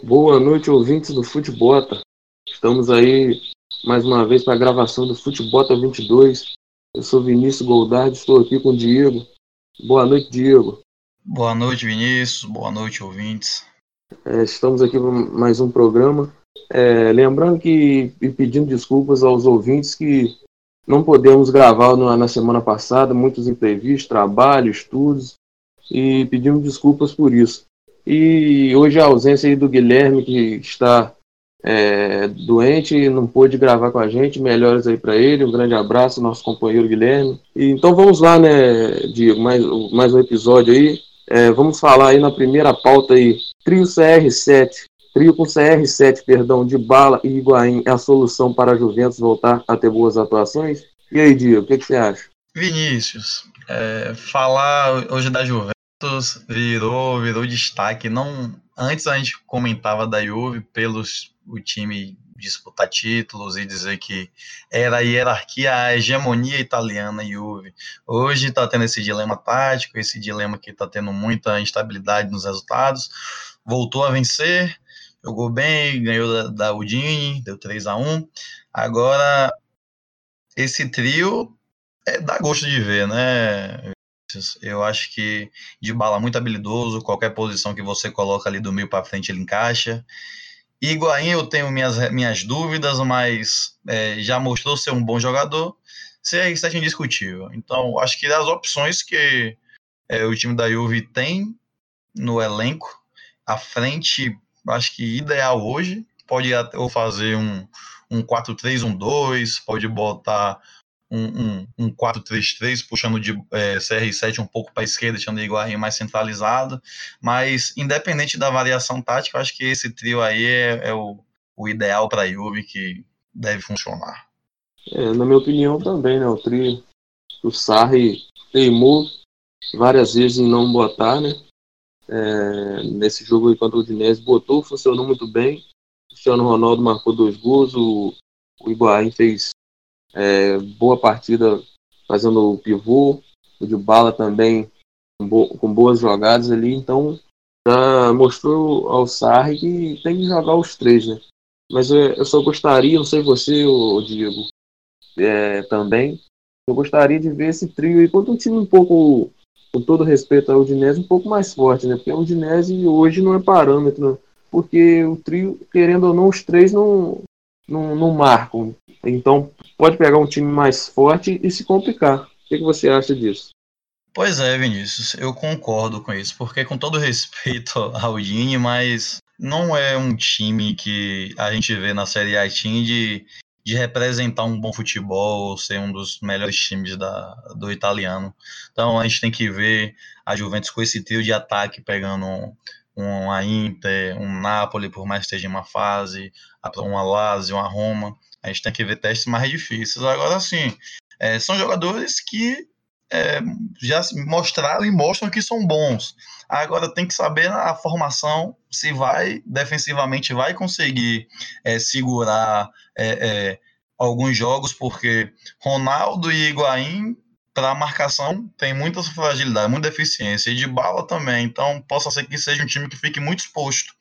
Boa noite, ouvintes do Futebota. Estamos aí mais uma vez para a gravação do Futebota 22. Eu sou Vinícius Goldard, estou aqui com o Diego. Boa noite, Diego. Boa noite, Vinícius. Boa noite, ouvintes. Estamos aqui para mais um programa. Lembrando e pedindo desculpas aos ouvintes que não podemos gravar na semana passada, muitos imprevistos, trabalho, estudos, e pedimos desculpas por isso. E hoje a ausência aí do Guilherme, que está doente e não pôde gravar com a gente. Melhoras aí para ele, um grande abraço, nosso companheiro Guilherme. Então vamos lá, né, Diego, mais um episódio aí. Vamos falar aí na primeira pauta aí, trio com CR7, perdão, Dybala e Higuaín é a solução para a Juventus voltar a ter boas atuações? E aí, Diego, o que você acha? Vinícius, falar hoje da Juventus virou destaque. Não, antes a gente comentava da Juve o time disputar títulos e dizer que era a hierarquia, a hegemonia italiana Juve. Hoje está tendo esse dilema tático, esse dilema que está tendo muita instabilidade nos resultados. Voltou a vencer, jogou bem, ganhou da Udine, deu 3-1. Agora, esse trio dá gosto de ver, né? Eu acho que Dybala muito habilidoso, qualquer posição que você coloca ali do meio para frente ele encaixa. Higuaín eu tenho minhas dúvidas, mas já mostrou ser um bom jogador. CR7 é indiscutível. Então, acho que das opções que o time da Juve tem no elenco, à frente, acho que ideal hoje, pode até fazer um 4-3-1-2, pode botar um 4-3-3, puxando de CR7 um pouco para a esquerda, deixando o Higuaín mais centralizado, mas independente da variação tática, eu acho que esse trio aí é o ideal para a Juve, que deve funcionar. Na minha opinião também, né, o trio, o Sarri teimou várias vezes em não botar, né? Nesse jogo aí contra o Udinese botou, funcionou muito bem. O Cristiano Ronaldo marcou 2 gols, o Higuaín fez boa partida fazendo o pivô, o Dybala também com boas jogadas ali, então já mostrou ao Sarri que tem que jogar os três, né? Mas eu só gostaria, não sei você, o Diego, também, eu gostaria de ver esse trio aí contra um time um pouco, com todo respeito ao Udinese, um pouco mais forte, né? Porque o Udinese hoje não é parâmetro, né? Porque o trio, querendo ou não, os três não marcam. Então pode pegar um time mais forte e se complicar. O que você acha disso? Pois é, Vinícius, eu concordo com isso, porque com todo respeito ao Udine, mas não é um time que a gente vê na Série A de representar um bom futebol, ser um dos melhores times do italiano. Então a gente tem que ver a Juventus com esse trio de ataque pegando uma Inter, um Napoli, por mais que esteja em uma fase, uma Lazio, uma Roma. A gente tem que ver testes mais difíceis. Agora, sim, são jogadores que já mostraram e mostram que são bons. Agora tem que saber a formação, se defensivamente vai conseguir segurar alguns jogos, porque Ronaldo e Higuaín, para marcação, tem muita fragilidade, muita deficiência, e Dybala também, então possa ser que seja um time que fique muito exposto,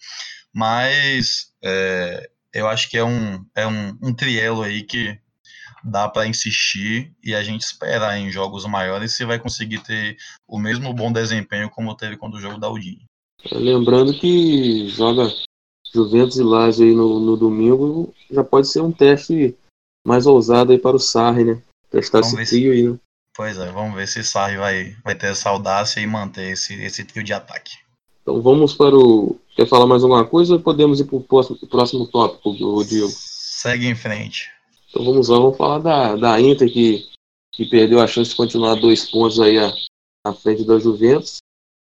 mas eu acho que é um trielo aí que dá para insistir e a gente esperar em jogos maiores se vai conseguir ter o mesmo bom desempenho como teve quando o jogo da Udine. Lembrando que joga Juventus e Lazio aí no domingo, já pode ser um teste mais ousado aí para o Sarri, né? Testar esse trio aí, né? Pois é, vamos ver se Sarri vai ter essa audácia e manter esse trio de ataque. Então vamos para o... Quer falar mais alguma coisa ou podemos ir para o próximo tópico, Diego? Segue em frente. Então vamos lá, vamos falar da Inter que perdeu a chance de continuar 2 pontos aí à frente da Juventus.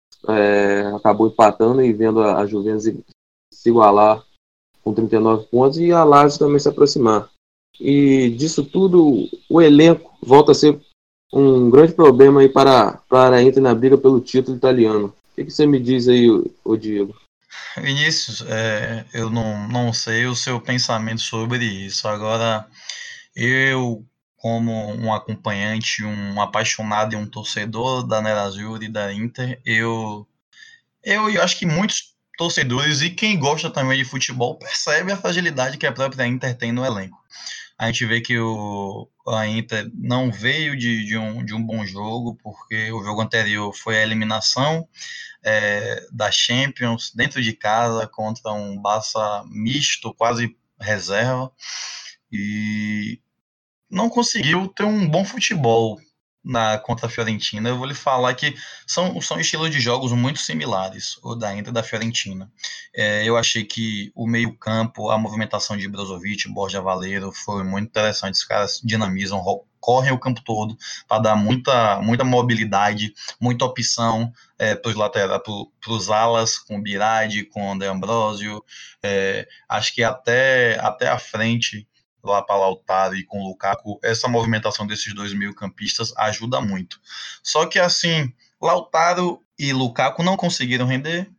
Acabou empatando e vendo a Juventus se igualar com 39 pontos e a Lazio também se aproximar. E disso tudo, o elenco volta a ser um grande problema aí para a Inter na briga pelo título italiano. O que você me diz aí, Diego? Vinícius, eu não sei o seu pensamento sobre isso. Agora, eu, como um acompanhante, um apaixonado e um torcedor da Nerazzurri e da Inter, eu acho que muitos torcedores e quem gosta também de futebol percebe a fragilidade que a própria Inter tem no elenco. A gente vê que a Inter não veio de um bom jogo, porque o jogo anterior foi a eliminação da Champions dentro de casa contra um Barça misto, quase reserva, e não conseguiu ter um bom futebol contra a Fiorentina. Eu vou lhe falar que são estilos de jogos muito similares, o da Inter e da Fiorentina. Eu achei que o meio-campo, a movimentação de Brozovic, Borja Valero, foi muito interessante. Os caras dinamizam, correm o campo todo para dar muita mobilidade, muita opção para os laterais, para os alas, com Birardi, com De Ambrosio. Acho que até a frente, lá para Lautaro e com o Lukaku, essa movimentação desses dois meio-campistas ajuda muito. Só que assim, Lautaro e Lukaku não conseguiram render.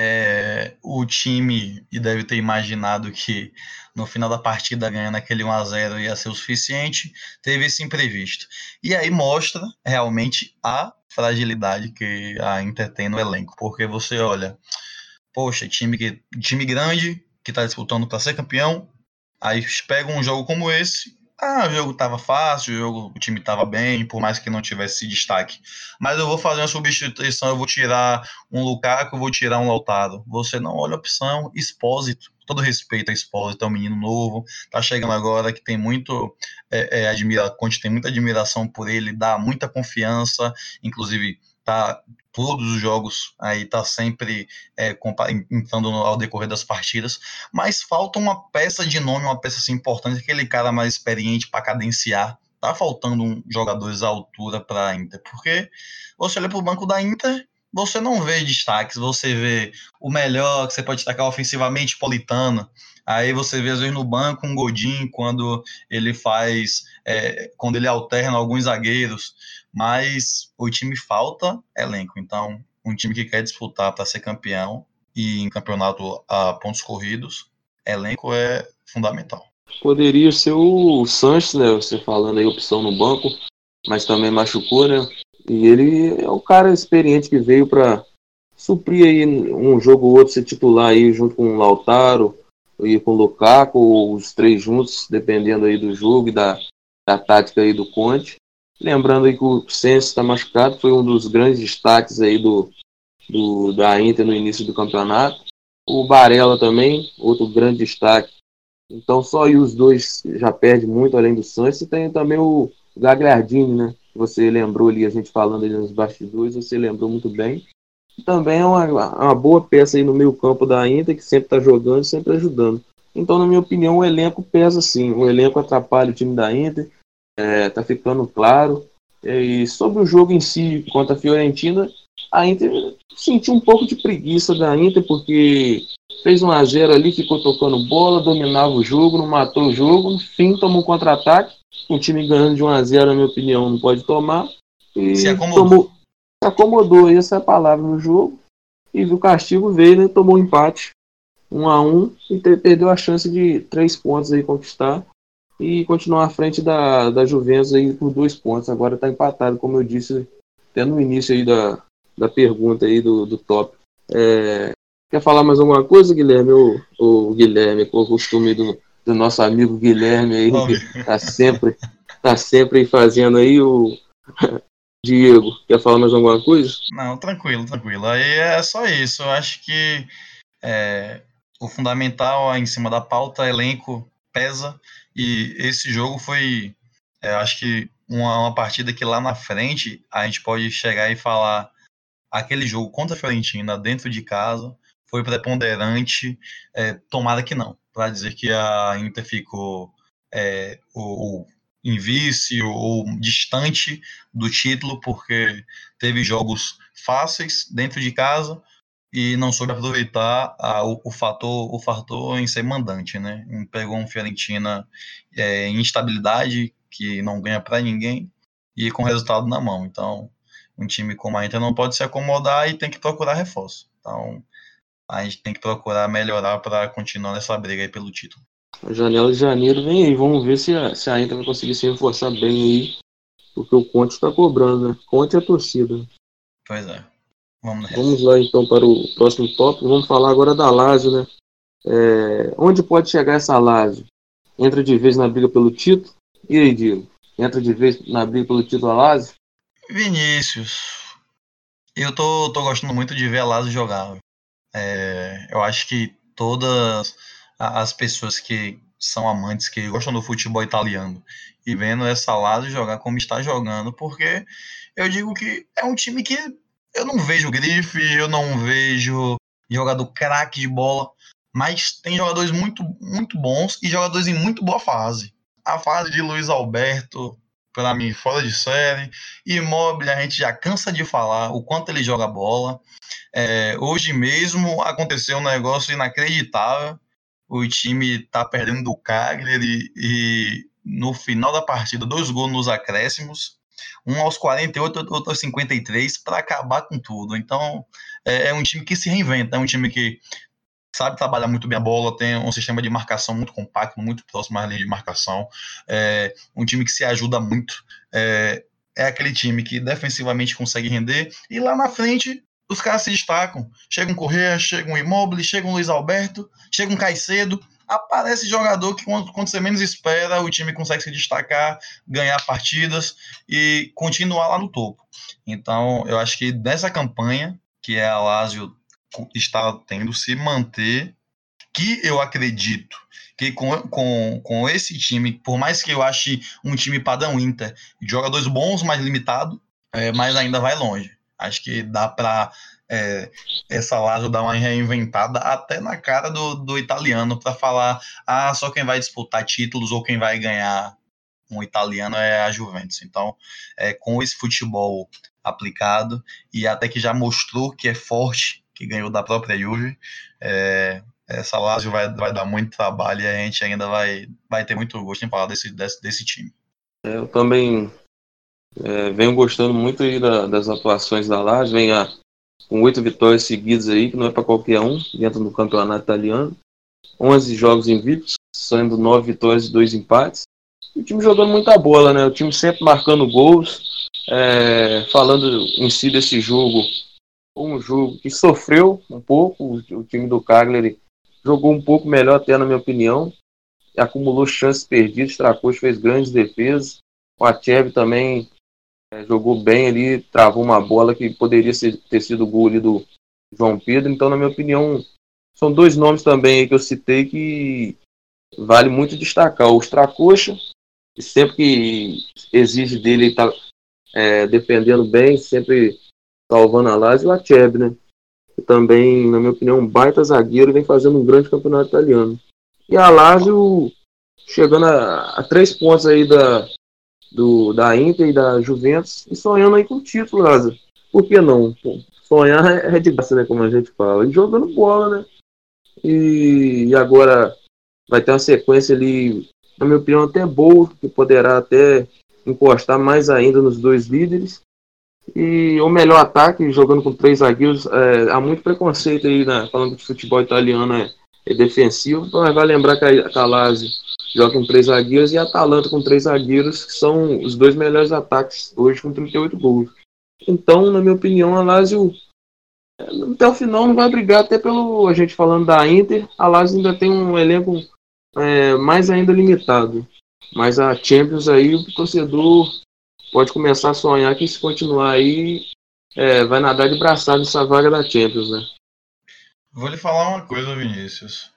O time deve ter imaginado que no final da partida, ganhando aquele 1-0 ia ser o suficiente, teve esse imprevisto. E aí mostra realmente a fragilidade que a Inter tem no elenco, porque você olha, poxa, time grande que está disputando para ser campeão. Aí pega um jogo como esse, o jogo estava fácil, o time estava bem, por mais que não tivesse destaque. Mas eu vou fazer uma substituição, eu vou tirar um Lukaku, eu vou tirar um Lautaro. Você não olha a opção, Expósito, todo respeito a Expósito, é um menino novo, tá chegando agora, que tem Conte tem muita admiração por ele, dá muita confiança, inclusive todos os jogos aí tá sempre entrando ao decorrer das partidas, mas falta uma peça de nome, uma peça assim, importante, aquele cara mais experiente para cadenciar. Tá faltando jogadores à altura para a Inter, porque você olha para o banco da Inter, você não vê destaques, você vê o melhor que você pode destacar ofensivamente, Politano. Aí você vê às vezes no banco um Godin quando ele quando ele alterna alguns zagueiros, mas o time falta elenco. Então, um time que quer disputar para ser campeão e em campeonato a pontos corridos, elenco é fundamental. Poderia ser o Sanches, né? Você falando aí, opção no banco, mas também machucou, né? E ele é o cara experiente que veio para suprir aí um jogo ou outro, ser titular aí junto com o Lautaro e com o Lukaku, ou os três juntos, dependendo aí do jogo e da tática aí do Conte. Lembrando aí que o Senso está machucado, foi um dos grandes destaques aí da Inter no início do campeonato. O Barella também, outro grande destaque. Então só aí os dois já perde muito, além do Santos. E tem também o Gagliardini, né? Você lembrou ali, a gente falando ali nos bastidores, você lembrou muito bem. E também é uma boa peça aí no meio campo da Inter, que sempre está jogando, sempre ajudando. Então, na minha opinião, o elenco pesa sim. O elenco atrapalha o time da Inter. Tá ficando claro. E sobre o jogo em si contra a Fiorentina, a Inter sentiu um pouco de preguiça da Inter, porque fez 1-0 ali, ficou tocando bola, dominava o jogo, não matou o jogo, no fim tomou um contra-ataque. Um time ganhando de 1-0, na minha opinião, não pode tomar. E se acomodou, essa é a palavra no jogo. E o castigo veio, né? Tomou um empate 1-1 e perdeu a chance de 3 pontos aí conquistar e continuar à frente da Juventus aí por 2 pontos. Agora está empatado, como eu disse até no início aí da pergunta aí do top. Quer falar mais alguma coisa, Guilherme? Ou Guilherme, com o costume do nosso amigo Guilherme aí, que tá sempre fazendo aí o Diego. Quer falar mais alguma coisa? Não, tranquilo. Aí é só isso. Eu acho que o fundamental em cima da pauta, elenco pesa, e esse jogo foi, acho que uma partida que lá na frente a gente pode chegar e falar, aquele jogo contra a Fiorentina dentro de casa foi preponderante, tomara que não, para dizer que a Inter ficou em vice ou distante do título, porque teve jogos fáceis dentro de casa e não soube aproveitar o fator em ser mandante, né? Pegou um Fiorentina em instabilidade, que não ganha para ninguém, e com resultado na mão. Então, um time como a Inter não pode se acomodar e tem que procurar reforço. Então, a gente tem que procurar melhorar para continuar nessa briga aí pelo título. A janela de janeiro vem aí, vamos ver se a Inter vai conseguir se reforçar bem aí, porque o Conte está cobrando, né? Conte é a torcida. Pois é. Vamos Vamos nessa. lá então para o próximo tópico. Vamos falar agora da Lazio, né? Onde pode chegar essa Lazio? Entra de vez na briga pelo título? E aí, Diego? Entra de vez na briga pelo título a Lazio? Vinícius, eu tô gostando muito de ver a Lazio jogar. Eu acho que todas as pessoas que são amantes, que gostam do futebol italiano, e vendo essa Lazio jogar como está jogando, porque eu digo que é um time que eu não vejo grife, eu não vejo jogador craque de bola, mas tem jogadores muito, muito bons e jogadores em muito boa fase. A fase de Luiz Alberto, para mim, fora de série. Immobile, a gente já cansa de falar o quanto ele joga bola. Hoje mesmo aconteceu um negócio inacreditável. O time está perdendo do Cagliari e no final da partida, 2 gols nos acréscimos, um aos 48, outro aos 53, para acabar com tudo. Então, é um time que se reinventa, é um time que sabe trabalhar muito bem a bola, tem um sistema de marcação muito compacto, muito próximo à linha de marcação, um time que se ajuda muito, é aquele time que defensivamente consegue render, e lá na frente os caras se destacam, chega um Correa, chega um Immobile, chega um Luiz Alberto, chega um Caicedo, aparece jogador que quando você menos espera, o time consegue se destacar, ganhar partidas e continuar lá no topo. Então, eu acho que nessa campanha, que é a Lazio está tendo, se manter, que eu acredito que com esse time, por mais que eu ache um time padrão Inter, de jogadores bons, mas limitado, mas ainda vai longe. Acho que dá para essa Lazio dar uma reinventada até na cara do italiano para falar, só quem vai disputar títulos ou quem vai ganhar um italiano é a Juventus. Então, com esse futebol aplicado e até que já mostrou que é forte, que ganhou da própria Juve, essa Lazio vai dar muito trabalho e a gente ainda vai ter muito gosto em falar desse time. Eu também venho gostando muito aí das atuações da Lazio, com 8 vitórias seguidas aí, que não é para qualquer um, dentro do campeonato italiano. 11 jogos invictos, sendo 9 vitórias e 2 empates. E o time jogando muita bola, né? O time sempre marcando gols. Falando em si desse jogo, um jogo que sofreu um pouco. O time do Cagliari jogou um pouco melhor, até na minha opinião. Acumulou chances perdidas. Tracoche fez grandes defesas. O Acerbi também jogou bem ali, travou uma bola que poderia ter sido o gol ali do João Pedro. Então, na minha opinião, são 2 nomes também que eu citei que vale muito destacar. O Stracocha, sempre que exige dele, ele está defendendo bem, sempre salvando a Lazio, e o Acerbi, né? Que também, na minha opinião, um baita zagueiro, vem fazendo um grande campeonato italiano. E a Lazio chegando a 3 pontos aí da Inter e da Juventus e sonhando aí com o título, Lazio. Por que não? Pô, sonhar é de graça, né? Como a gente fala. E jogando bola, né? E agora vai ter uma sequência ali, na minha opinião, até boa, que poderá até encostar mais ainda nos 2 líderes. E o melhor ataque, jogando com 3 zagueiros, há muito preconceito aí, né? Falando de futebol italiano, é defensivo, então vai lembrar que a Lazio joga com 3 zagueiros e a Atalanta com 3 zagueiros, que são os 2 melhores ataques hoje com 38 gols. Então, na minha opinião, a Lazio até o final não vai brigar, até pelo a gente falando da Inter, a Lazio ainda tem um elenco mais ainda limitado. Mas a Champions aí, o torcedor pode começar a sonhar que se continuar aí, vai nadar de braçada nessa vaga da Champions, né? Vou lhe falar uma coisa, Vinícius.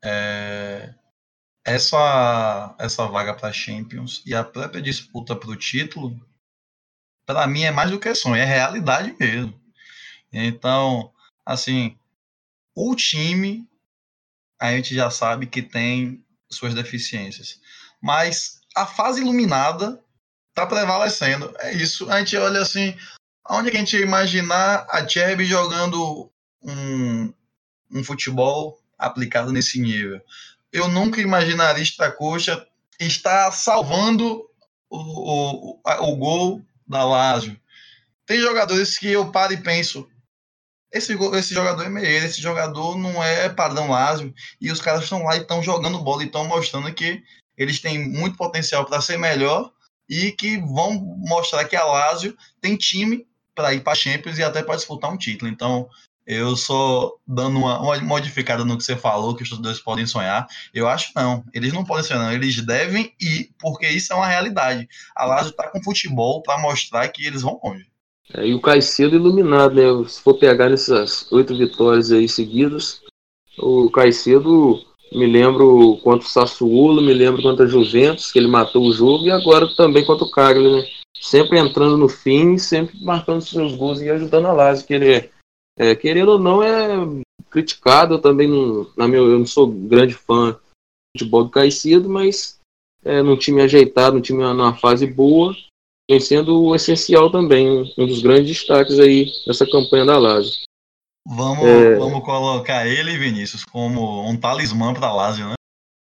Essa vaga para Champions e a própria disputa para o título, para mim é mais do que sonho, é realidade mesmo. Então, assim, o time a gente já sabe que tem suas deficiências, mas a fase iluminada tá prevalecendo. É isso. A gente olha assim, aonde que a gente ia imaginar a Cherby jogando um futebol aplicado nesse nível? Eu nunca imaginaria Stracocha estar salvando o gol da Lazio. Tem jogadores que eu paro e penso, esse jogador é meio, esse jogador não é padrão Lazio, e os caras estão lá e estão jogando bola e estão mostrando que eles têm muito potencial para ser melhor e que vão mostrar que a Lazio tem time para ir para a Champions e até para disputar um título. Então, eu só dando uma modificada no que você falou, que os torcedores podem sonhar. Eu acho não, eles não podem sonhar, não. Eles devem ir, porque isso é uma realidade. A Lazio está com futebol para mostrar que eles vão longe. E o Caicedo iluminado, né? Se for pegar nessas 8 vitórias aí seguidas, o Caicedo, me lembro contra o Sassuolo, me lembro contra a Juventus, que ele matou o jogo, e agora também contra o Cagliari, né? Sempre entrando no fim, sempre marcando seus gols e ajudando a Lazio, que ele querendo ou não, é criticado. Eu também eu não sou grande fã do futebol do Caicedo, mas num time ajeitado, num time numa fase boa, vem sendo essencial também, um dos grandes destaques aí dessa campanha da Lazio. Vamos colocar ele, Vinícius, como um talismã para a Lazio, né?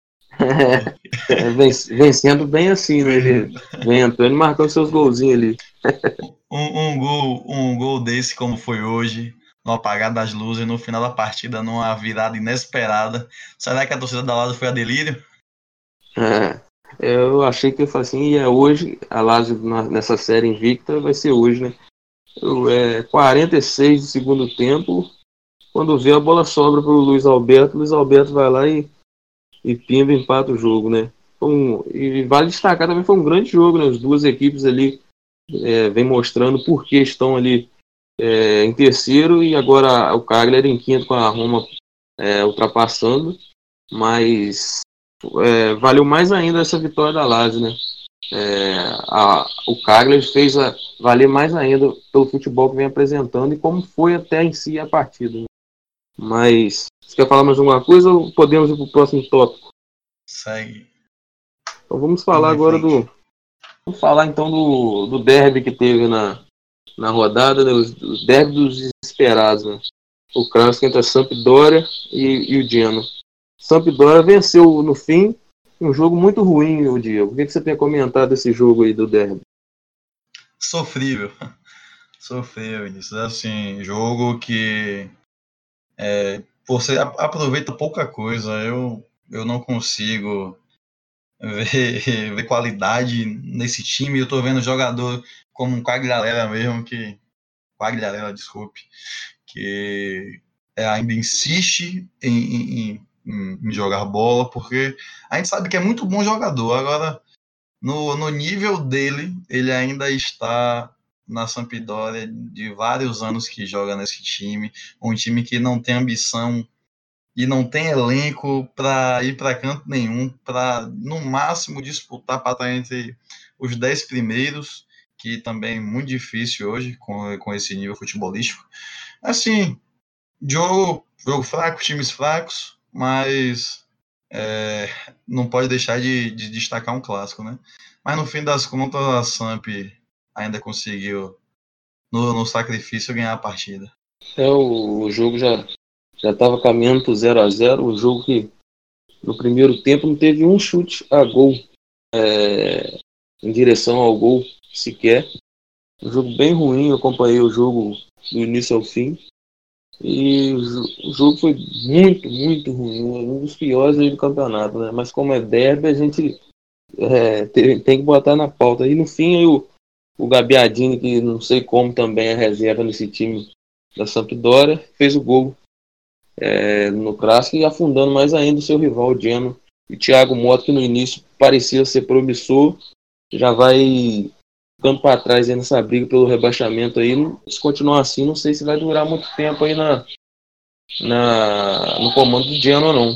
Vencendo bem assim, né? Ele vem entrando e marcando seus golzinhos ali. Um gol desse, como foi hoje, no apagar das luzes, no final da partida, numa virada inesperada. Será que a torcida da Lazio foi a delírio? Eu achei que eu falei assim, e hoje, a Lazio nessa série invicta vai ser hoje, né? 46 do segundo tempo, quando vê a bola sobra para o Luiz Alberto vai lá e pimba, empata o jogo, né? E vale destacar também, foi um grande jogo, né? As duas equipes ali vem mostrando por que estão ali em terceiro, e agora o Cagliari em quinto com a Roma ultrapassando, mas valeu mais ainda essa vitória da Lazio, né? O Cagliari fez valer mais ainda pelo futebol que vem apresentando e como foi até em si a partida, né? Mas você quer falar mais alguma coisa ou podemos ir para o próximo tópico? Segue. Então vamos falar agora Vamos falar então do derby que teve na rodada, né? Os derby dos desesperados, né? O clássico entre a Sampdoria e o Genoa. Sampdoria venceu no fim, um jogo muito ruim, o Diego. O que você tem a comentar desse jogo aí do derby? Sofrível. Sofrível, isso. Assim, jogo que você aproveita pouca coisa. Eu não consigo ver qualidade nesse time. Eu tô vendo jogador como um Quagliarella mesmo, Quagliarella, desculpe, que ainda insiste em jogar bola, porque a gente sabe que é muito bom jogador. Agora, no nível dele, ele ainda está na Sampdoria de vários anos que joga nesse time, um time que não tem ambição e não tem elenco para ir para canto nenhum, para no máximo disputar para estar entre os 10 primeiros, que também é muito difícil hoje com esse nível futebolístico. Assim, jogo fraco, times fracos, mas não pode deixar de destacar um clássico, né? Mas no fim das contas, a Samp ainda conseguiu, no sacrifício, ganhar a partida. O jogo já estava caminhando para o 0-0, um jogo que no primeiro tempo não teve um chute a gol em direção ao gol sequer. Um jogo bem ruim, eu acompanhei o jogo do início ao fim. E o jogo foi muito, muito ruim, um dos piores aí do campeonato, né? Mas como é derby, a gente tem que botar na pauta. E no fim, aí, o Gabbiadini, que não sei como também é reserva nesse time da Sampdoria, fez o gol no clássico e afundando mais ainda o seu rival, o Genoa. E o Thiago Motta, que no início parecia ser promissor, já vai ficando para trás aí nessa briga pelo rebaixamento aí. Se continuar assim, não sei se vai durar muito tempo aí no comando do Genoa, não.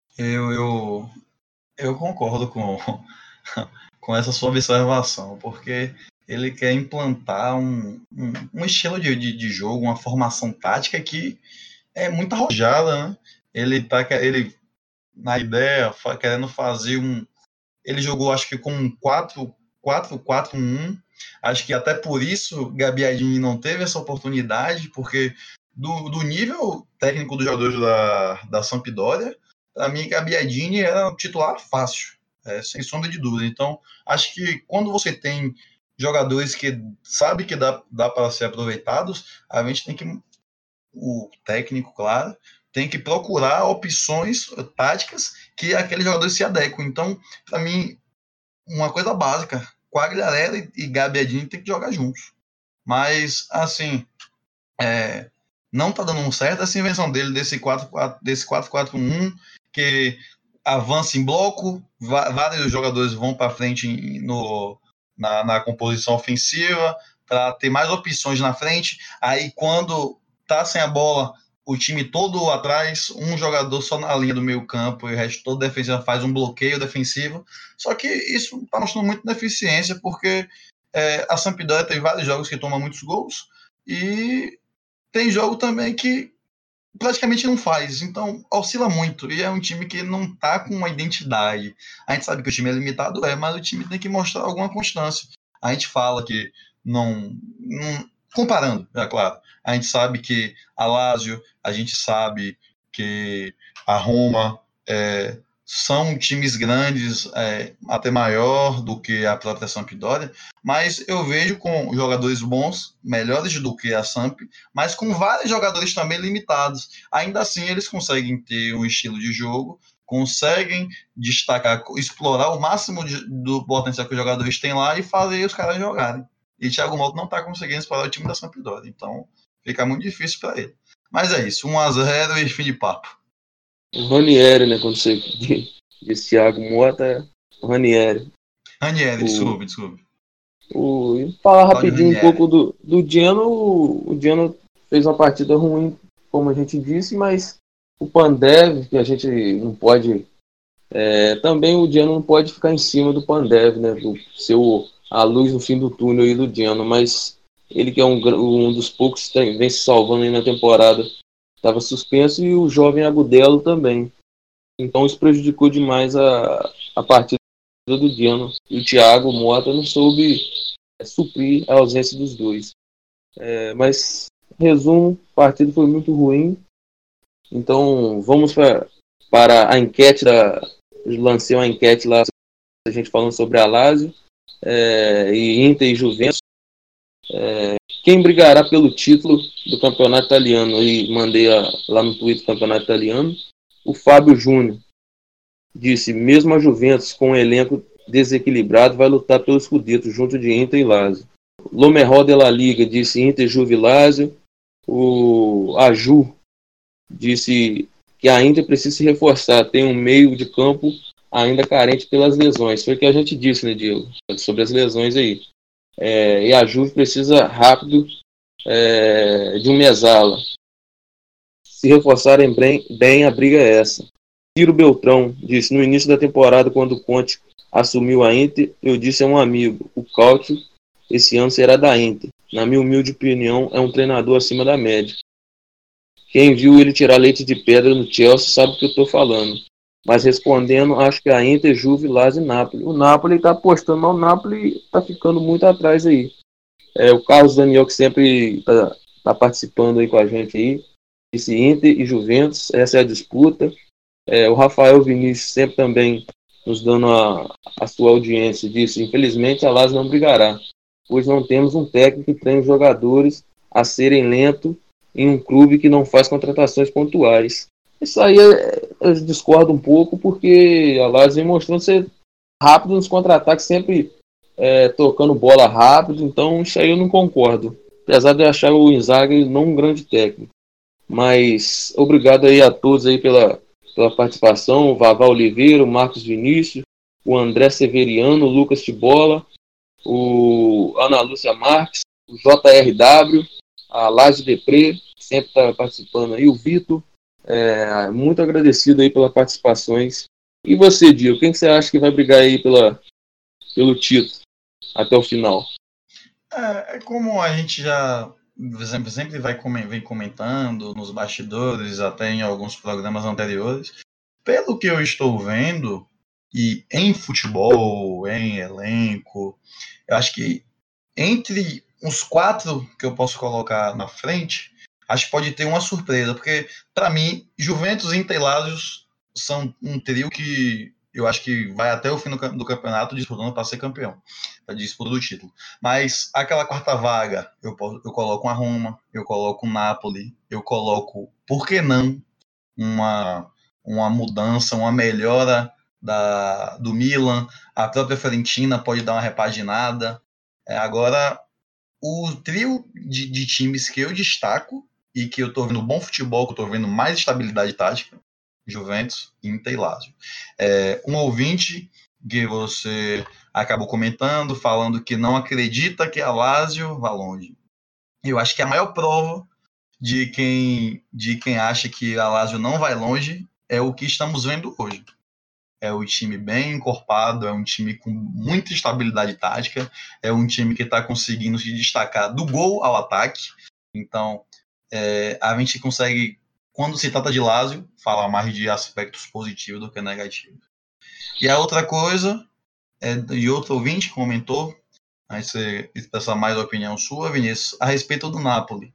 Eu concordo com essa sua observação, porque ele quer implantar um estilo de jogo, uma formação tática que é muito arrojada, né? Ele na ideia, querendo fazer ele jogou, acho que com um 4-4-1. Acho que até por isso Gabbiadini não teve essa oportunidade, porque do nível técnico dos jogadores da Sampdoria, para mim Gabbiadini era um titular fácil, sem sombra de dúvida. Então, acho que quando você tem jogadores que sabe que dá para ser aproveitados, a gente tem que, o técnico, claro, tem que procurar opções táticas que aqueles jogadores se adequem. Então, para mim, uma coisa básica, Quagliarella e Gabbiadini tem que jogar juntos. Mas, assim, não está dando certo essa invenção dele desse 4-4-1, que avança em bloco, vários jogadores vão para frente na composição ofensiva, para ter mais opções na frente. Aí, quando tá sem a bola, o time todo atrás, um jogador só na linha do meio campo e o resto todo defensivo faz um bloqueio defensivo. Só que isso está mostrando muita deficiência, porque a Sampdoria tem vários jogos que toma muitos gols e tem jogo também que praticamente não faz, então oscila muito, e é um time que não tá com uma identidade. A gente sabe que o time é limitado, mas o time tem que mostrar alguma constância. A gente fala que não comparando, é claro, a gente sabe que a Lazio, a gente sabe que a Roma são times grandes, até maior do que a própria Sampdoria, mas eu vejo com jogadores bons, melhores do que a Samp, mas com vários jogadores também limitados. Ainda assim, eles conseguem ter um estilo de jogo, conseguem destacar, explorar o máximo do potencial que os jogadores têm lá e fazer os caras jogarem. E Thiago Motta não está conseguindo explorar o time da Sampdoria, então fica muito difícil para ele. Mas é isso, 1-0 e fim de papo. Ranieri, né? Quando você diz Thiago Motta, Ranieri. Ranieri, desculpe. Falar rapidinho um pouco do Genoa. O Genoa fez uma partida ruim, como a gente disse, mas o Pandev, que a gente não pode... também o Genoa não pode ficar em cima do Pandev, né? Do seu a luz no fim do túnel aí do Genoa, mas ele que é um dos poucos que vem se salvando aí na temporada, estava suspenso, e o jovem Agudelo também. Então isso prejudicou demais a partida do Genoa. E o Thiago Motta não soube suprir a ausência dos dois. Mas, resumo, a partida foi muito ruim. Então vamos para a enquete lancei uma enquete lá, a gente falando sobre a Lazio, e Inter e Juventus. Quem brigará pelo título do campeonato italiano? E mandei lá no Twitter do campeonato italiano. O Fábio Júnior disse: mesmo a Juventus com um elenco desequilibrado vai lutar pelo Scudetto junto de Inter e Lazio. Lomerol de la Liga disse Inter, Juve e Lazio. O Aju disse que a Inter precisa se reforçar, tem um meio de campo ainda carente pelas lesões. Foi o que a gente disse, né, Diego? Sobre as lesões aí. E a Juve precisa rápido de um mesala. Se reforçarem bem, a briga é essa. Ciro Beltrão disse: no início da temporada, quando o Conte assumiu a Inter, eu disse a um amigo: o Cautio esse ano será da Inter. Na minha humilde opinião, é um treinador acima da média. Quem viu ele tirar leite de pedra no Chelsea sabe o que eu estou falando. Mas respondendo, acho que a Inter, Juve, Lazio e Napoli. O Napoli está apostando, mas o Napoli está ficando muito atrás aí. O Carlos Daniel, que sempre está participando aí com a gente aí, disse Inter e Juventus, essa é a disputa. O Rafael Vinícius, sempre também nos dando a sua audiência, disse: infelizmente a Lazio não brigará, pois não temos um técnico que treine os jogadores a serem lentos em um clube que não faz contratações pontuais. Isso aí eu discordo um pouco, porque a Lazio vem mostrando ser rápido nos contra-ataques, sempre tocando bola rápido, então isso aí eu não concordo. Apesar de eu achar o Inzaghi não um grande técnico. Mas obrigado aí a todos aí pela participação, o Vavá Oliveira, o Marcos Vinícius, o André Severiano, o Lucas Tibola, o Ana Lúcia Marques, o JRW, a Laje Depré, sempre está participando aí, o Vitor, muito agradecido aí pelas participações. E você, Dio, quem que você acha que vai brigar aí pelo título até o final? Como a gente já sempre vem comentando nos bastidores, até em alguns programas anteriores, pelo que eu estou vendo, e em futebol, em elenco, eu acho que entre os 4 que eu posso colocar na frente, acho que pode ter uma surpresa, porque para mim, Juventus e Inter e Lazio são um trio que eu acho que vai até o fim do campeonato disputando para ser campeão, para disputa do título. Mas aquela quarta vaga, eu coloco a Roma, eu coloco o Napoli, eu coloco, por que não, uma mudança, uma melhora do Milan, a própria Fiorentina pode dar uma repaginada. Agora, o trio de times que eu destaco e que eu tô vendo bom futebol, que eu tô vendo mais estabilidade tática, Juventus, Inter e Lazio. Um ouvinte que você acabou comentando, falando que não acredita que a Lazio vá longe. Eu acho que a maior prova de quem acha que a Lazio não vai longe é o que estamos vendo hoje. É um time bem encorpado, é um time com muita estabilidade tática, é um time que está conseguindo se destacar do gol ao ataque. Então, a gente consegue, quando se trata de Lazio, falar mais de aspectos positivos do que negativos. E a outra coisa, e outro ouvinte comentou, aí você expressa mais a opinião sua, Vinícius, a respeito do Napoli.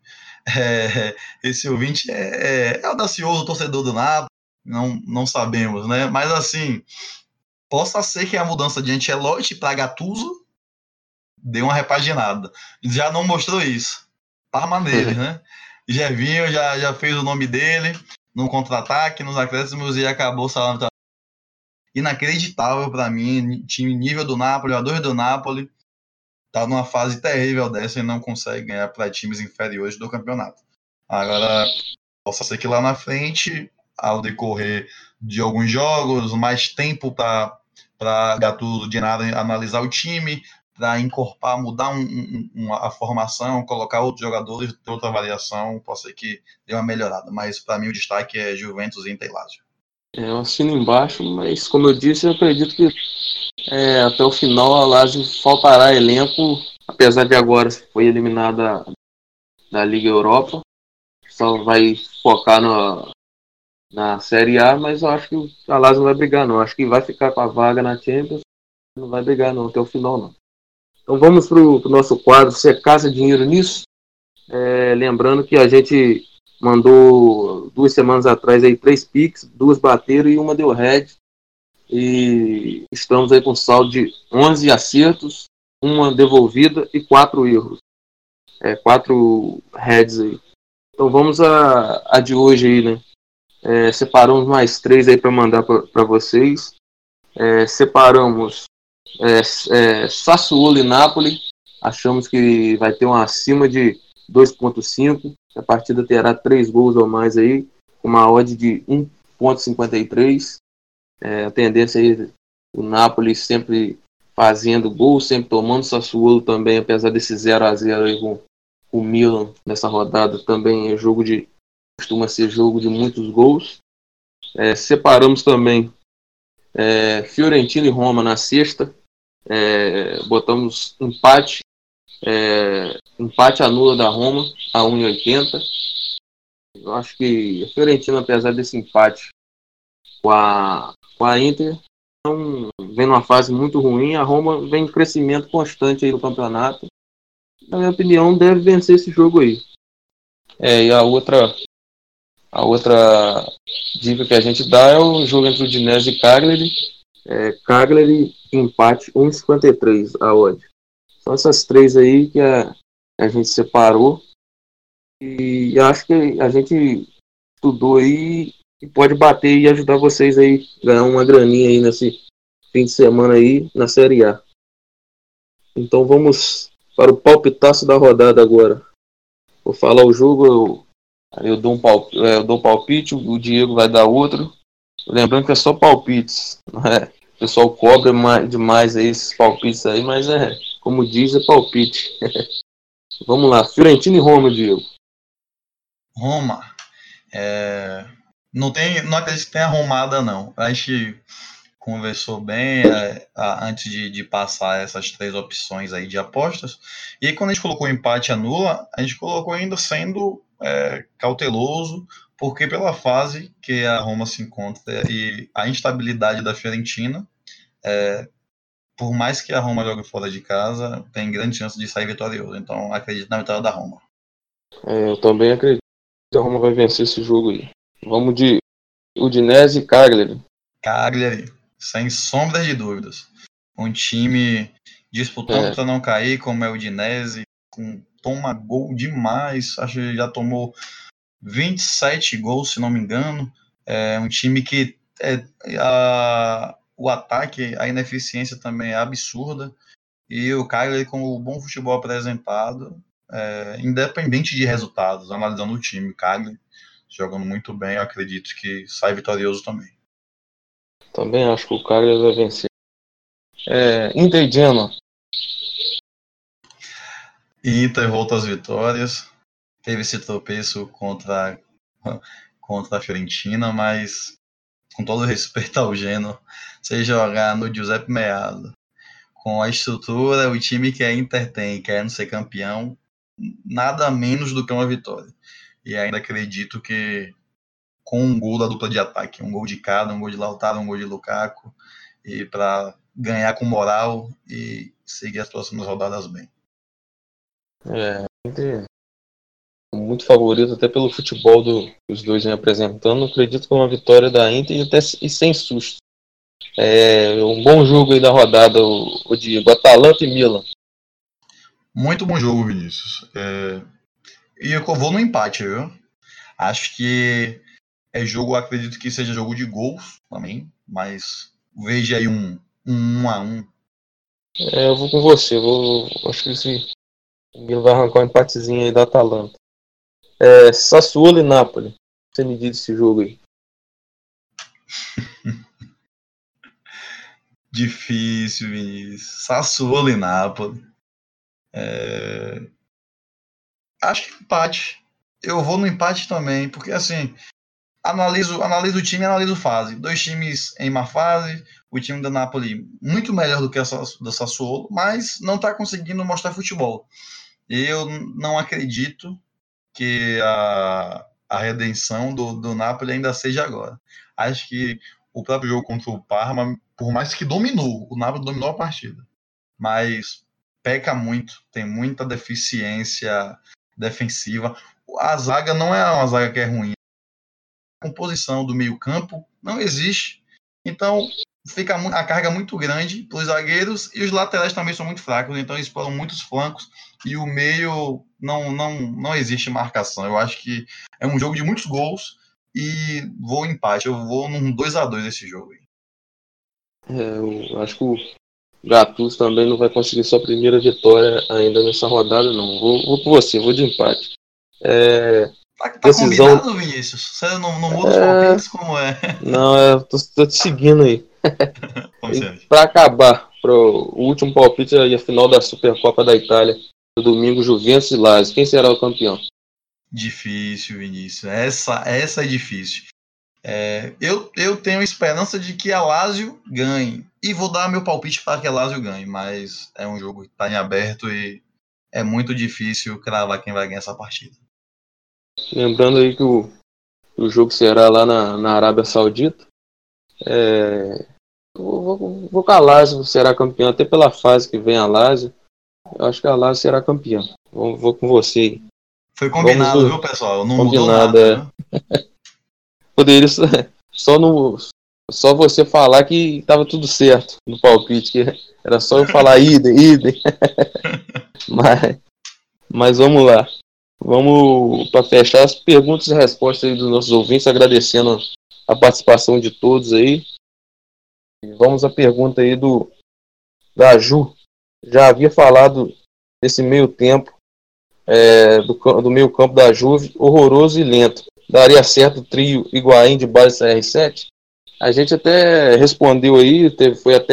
Esse ouvinte é audacioso, torcedor do Napoli, não sabemos, né? Mas assim, possa ser que a mudança de Ancelotti para Gattuso dê uma repaginada. Já não mostrou isso. Tava nele, né? Gervinho já fez o nome dele no contra-ataque, nos acréscimos e acabou salando. Inacreditável para mim, time nível do Napoli, jogadores do Napoli, tá numa fase terrível dessa e não consegue ganhar para times inferiores do campeonato. Agora, possa ser que lá na frente, ao decorrer de alguns jogos, mais tempo para Gattuso de analisar o time, para encorpar, mudar a formação, colocar outros jogadores, ter outra variação, pode ser que dê uma melhorada. Mas para mim o destaque é Juventus e Inter e Lazio. Eu assino embaixo, mas como eu disse, eu acredito que até o final a Lazio faltará elenco, apesar de agora foi eliminada da Liga Europa, só vai focar na Série A, mas eu acho que a Lazio não vai brigar não, eu acho que vai ficar com a vaga na Champions, não vai brigar não, até o final não. Então vamos para o nosso quadro, Você Caça Dinheiro Nisso? Lembrando que a gente mandou 2 semanas atrás aí 3 Pix, 2 bateram e uma deu head. E estamos aí com saldo de 11 acertos, uma devolvida e 4 erros. 4 heads aí. Então vamos a de hoje aí, né? Separamos mais 3 aí para mandar para vocês. Separamos Sassuolo e Napoli. Achamos que vai ter uma acima de 2.5. A partida terá 3 gols ou mais aí, com uma odd de 1.53. A tendência aí, o Napoli sempre fazendo gol, sempre tomando. Sassuolo também, apesar desse 0-0 aí com o Milan nessa rodada, também costuma ser jogo de muitos gols. Separamos também Fiorentina e Roma na sexta. Botamos empate anula da Roma a 1,80. Eu acho que a Fiorentina, apesar desse empate com a Inter, vem numa fase muito ruim. A Roma vem em crescimento constante aí no campeonato. Na minha opinião, deve vencer esse jogo aí. E a outra dica que a gente dá é o jogo entre o Udinese e Cagliari. Cagliari empate 1,53 a odd. São essas 3 aí que a gente separou. E acho que a gente estudou aí e pode bater e ajudar vocês aí a ganhar uma graninha aí nesse fim de semana aí na Série A. Então vamos para o palpitaço da rodada agora. Vou falar o jogo, eu dou um palpite, o Diego vai dar outro. Lembrando que é só palpites, não é? O pessoal cobra demais aí esses palpites aí, mas como diz, é palpite. Vamos lá, Fiorentina e Roma, Diego. Roma, não acredito que tenha arrumada não. A gente conversou bem antes de passar essas 3 opções aí de apostas. E aí, quando a gente colocou empate anula, a gente colocou ainda sendo cauteloso, porque pela fase que a Roma se encontra e a instabilidade da Fiorentina, por mais que a Roma jogue fora de casa, tem grande chance de sair vitorioso. Então, acredito na vitória da Roma. Eu também acredito que a Roma vai vencer esse jogo aí. Vamos de Udinese e Cagliari. Cagliari, sem sombras de dúvidas. Um time disputando para não cair, como é o Udinese, toma gol demais. Acho que já tomou 27 gols, se não me engano. É um time que o ataque, a ineficiência também é absurda. E o Cagliari, com o bom futebol apresentado, independente de resultados, analisando o time, o Cagliari jogando muito bem, eu acredito que sai vitorioso também. Também acho que o Cagliari vai vencer. Inter e Genoa. Inter volta às vitórias. Teve esse tropeço contra a Fiorentina, mas com todo respeito ao Genoa, você jogar no Giuseppe Meazza, com a estrutura, o time que a Inter tem, querendo ser campeão, nada menos do que uma vitória. E ainda acredito que com um gol da dupla de ataque, um gol de cada, um gol de Lautaro, um gol de Lukaku, e para ganhar com moral e seguir as próximas rodadas bem. Inter muito favorito até pelo futebol que os dois vêm apresentando. Acredito que é uma vitória da Inter e sem susto. Um bom jogo aí da rodada, o Diego. Atalanta e Milan. Muito bom jogo, Vinícius. E eu vou no empate, viu? Acho que acredito que seja jogo de gols também, mas veja aí um 1-1. Eu vou com você. Acho que o Milan vai arrancar um empatezinho aí da Atalanta. Sassuolo e Napoli. Você me diz esse jogo aí. Difícil, Vinícius. Sassuolo e Napoli. Acho que empate. Eu vou no empate também, porque assim, analiso o time e analiso fase. Dois times em má fase, o time da Napoli muito melhor do que do Sassuolo, mas não está conseguindo mostrar futebol. Eu não acredito que a redenção do Napoli ainda seja agora. Acho que o próprio jogo contra o Parma, por mais que o Napoli dominou a partida, mas peca muito, tem muita deficiência defensiva. A zaga não é uma zaga que é ruim. A composição do meio-campo não existe. Então, fica a carga muito grande para os zagueiros e os laterais também são muito fracos, então eles exploram muitos flancos e o meio não existe marcação. Eu acho que é um jogo de muitos gols e vou empate. Eu vou num 2-2 esse jogo aí. Eu acho que o Gattuso também não vai conseguir sua primeira vitória ainda nessa rodada, não. Vou com você, vou de empate. Tá Decisão... combinado, Vinícius? Você não muda os palpites? Como é? Não, tô te seguindo aí. Como você acha? Para acabar, o último palpite é a final da Supercopa da Itália, no domingo, Juventus e Lazio. Quem será o campeão? Difícil, Vinícius. Essa é difícil. Eu tenho esperança de que a Lazio ganhe. E vou dar meu palpite para que a Lazio ganhe. Mas é um jogo que está em aberto e é muito difícil cravar quem vai ganhar essa partida. Lembrando aí que o jogo será lá na Arábia Saudita. Vou com a Lazio, será campeão, até pela fase que vem a Lazio. Eu acho que a Lazio será campeã. Vou com você aí. Foi combinado, viu, pessoal? Não mudou combinado, nada. Poderia só você falar que estava tudo certo no palpite, que era só eu falar idem. Mas vamos lá. Vamos para fechar as perguntas e respostas aí dos nossos ouvintes, agradecendo a participação de todos aí. Vamos à pergunta aí da Ju. Já havia falado nesse meio tempo do meio campo da Juve, horroroso e lento. Daria certo o trio Higuaín de base CR7? A gente até respondeu aí, foi até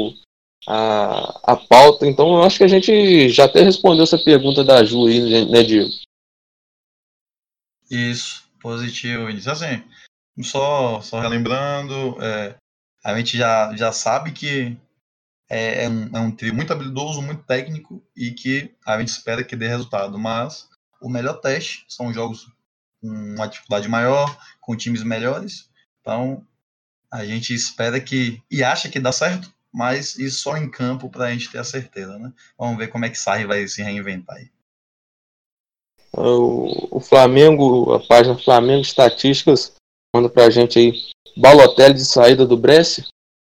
a pauta, então eu acho que a gente já até respondeu essa pergunta da Ju aí, né, Diego? Isso, positivo. Assim, só relembrando, a gente já sabe que é um trio muito habilidoso, muito técnico e que a gente espera que dê resultado. Mas o melhor teste são jogos com uma dificuldade maior, com times melhores. Então, a gente espera e acha que dá certo, mas isso só em campo para a gente ter a certeza, né? Vamos ver como é que Sarri vai se reinventar aí. O Flamengo, a página Flamengo Estatísticas, manda pra gente aí Balotelli de saída do Brescia.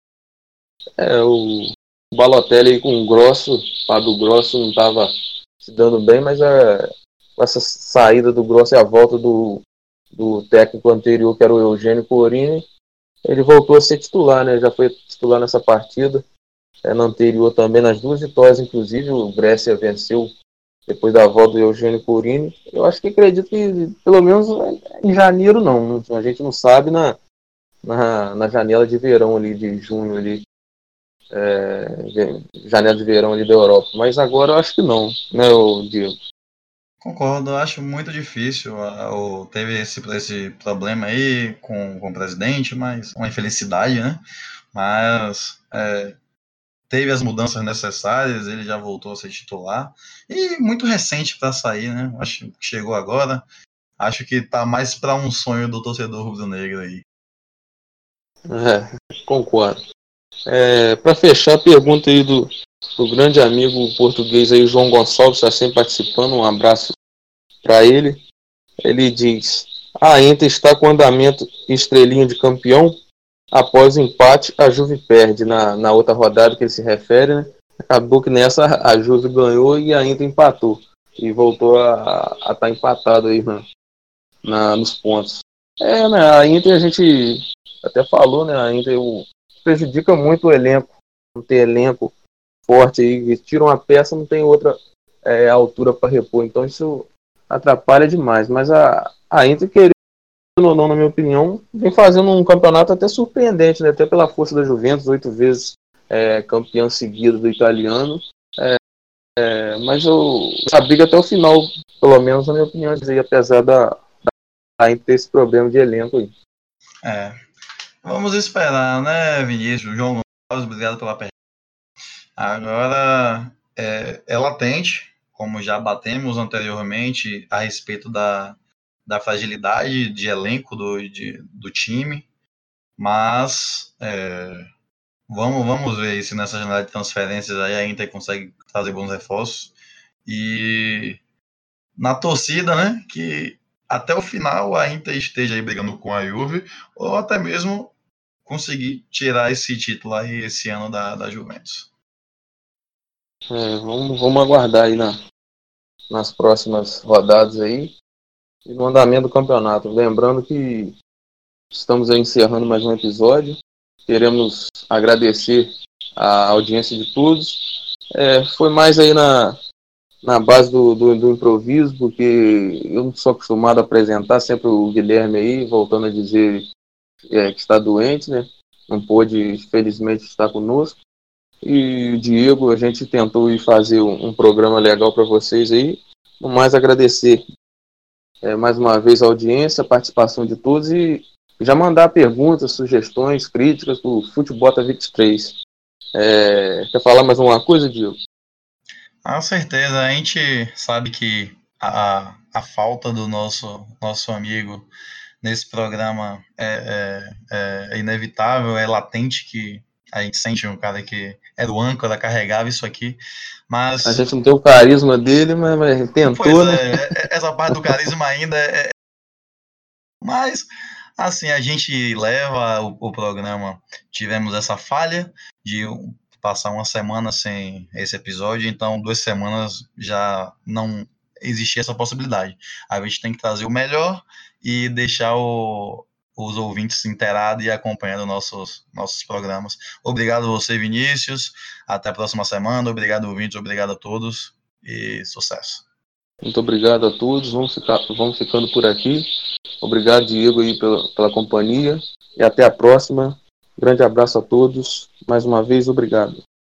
O Balotelli aí com o Grosso, do Grosso não estava se dando bem, mas essa saída do Grosso e a volta do técnico anterior, que era o Eugênio Corini, ele voltou a ser titular, né? Já foi titular nessa partida. na anterior também, nas duas vitórias, inclusive, o Brescia venceu depois da volta do Eugênio Corini. Eu acho que acredito que, pelo menos em janeiro, não. A gente não sabe na janela de verão ali, de junho ali, janela de verão ali da Europa. Mas agora eu acho que não, né, Diego? Concordo, eu acho muito difícil. Teve esse problema aí com o presidente, mas uma infelicidade, né? Mas teve as mudanças necessárias, ele já voltou a ser titular. E muito recente para sair, né? Acho que chegou agora. Acho que tá mais para um sonho do torcedor rubro-negro aí. Concordo. Para fechar a pergunta aí do grande amigo português aí, João Gonçalves, está sempre participando, um abraço para ele. Ele diz: a Inter está com andamento estrelinha de campeão. Após o empate, a Juve perde na outra rodada que ele se refere, né? Acabou que nessa a Juve ganhou e a Inter empatou. E voltou a estar empatado aí nos pontos. Né, a Inter a gente até falou, né? A Inter prejudica muito o elenco. Não tem elenco forte aí. Tira uma peça, não tem outra altura para repor. Então isso atrapalha demais. Mas a Inter, querendo ou não, na minha opinião, vem fazendo um campeonato até surpreendente, né? Até pela força da Juventus, 8 vezes campeão seguido do italiano. Mas a briga até o final, pelo menos na minha opinião, apesar da Inter ter esse problema de elenco aí. Vamos esperar, né, Vinícius? João Gonçalves, obrigado pela pergunta. Agora, é latente, como já batemos anteriormente, a respeito da fragilidade de elenco do time, mas vamos ver se nessa janela de transferências aí a Inter consegue trazer bons reforços. E na torcida, né, que até o final a Inter esteja aí brigando com a Juve, ou até mesmo conseguir tirar esse título aí esse ano da Juventus. Vamos aguardar aí nas próximas rodadas aí e no andamento do campeonato. Lembrando que estamos aí encerrando mais um episódio. Queremos agradecer a audiência de todos. Foi mais aí na base do improviso, porque eu não sou acostumado a apresentar, sempre o Guilherme aí, voltando a dizer que está doente, né? Não pôde, felizmente, estar conosco. E o Diego, a gente tentou ir fazer um programa legal para vocês aí. No mais, agradecer mais uma vez a audiência, a participação de todos e já mandar perguntas, sugestões, críticas para o Futebota 23. Quer falar mais uma coisa, Diego? Com certeza, a gente sabe que a falta do nosso amigo nesse programa é inevitável, é latente, que a gente sente um cara que era o âncora, carregava isso aqui, mas... A gente não tem o carisma dele, mas tentou, né? Essa parte do carisma ainda Mas, assim, a gente leva o programa, tivemos essa falha de passar uma semana sem esse episódio, então 2 semanas já não existia essa possibilidade. A gente tem que trazer o melhor e deixar os ouvintes inteirados e acompanhando nossos programas. Obrigado a você, Vinícius. Até a próxima semana. Obrigado, ouvintes. Obrigado a todos. E sucesso. Muito obrigado a todos. Vamos ficando por aqui. Obrigado, Diego, aí pela companhia. E até a próxima. Grande abraço a todos. Mais uma vez, obrigado.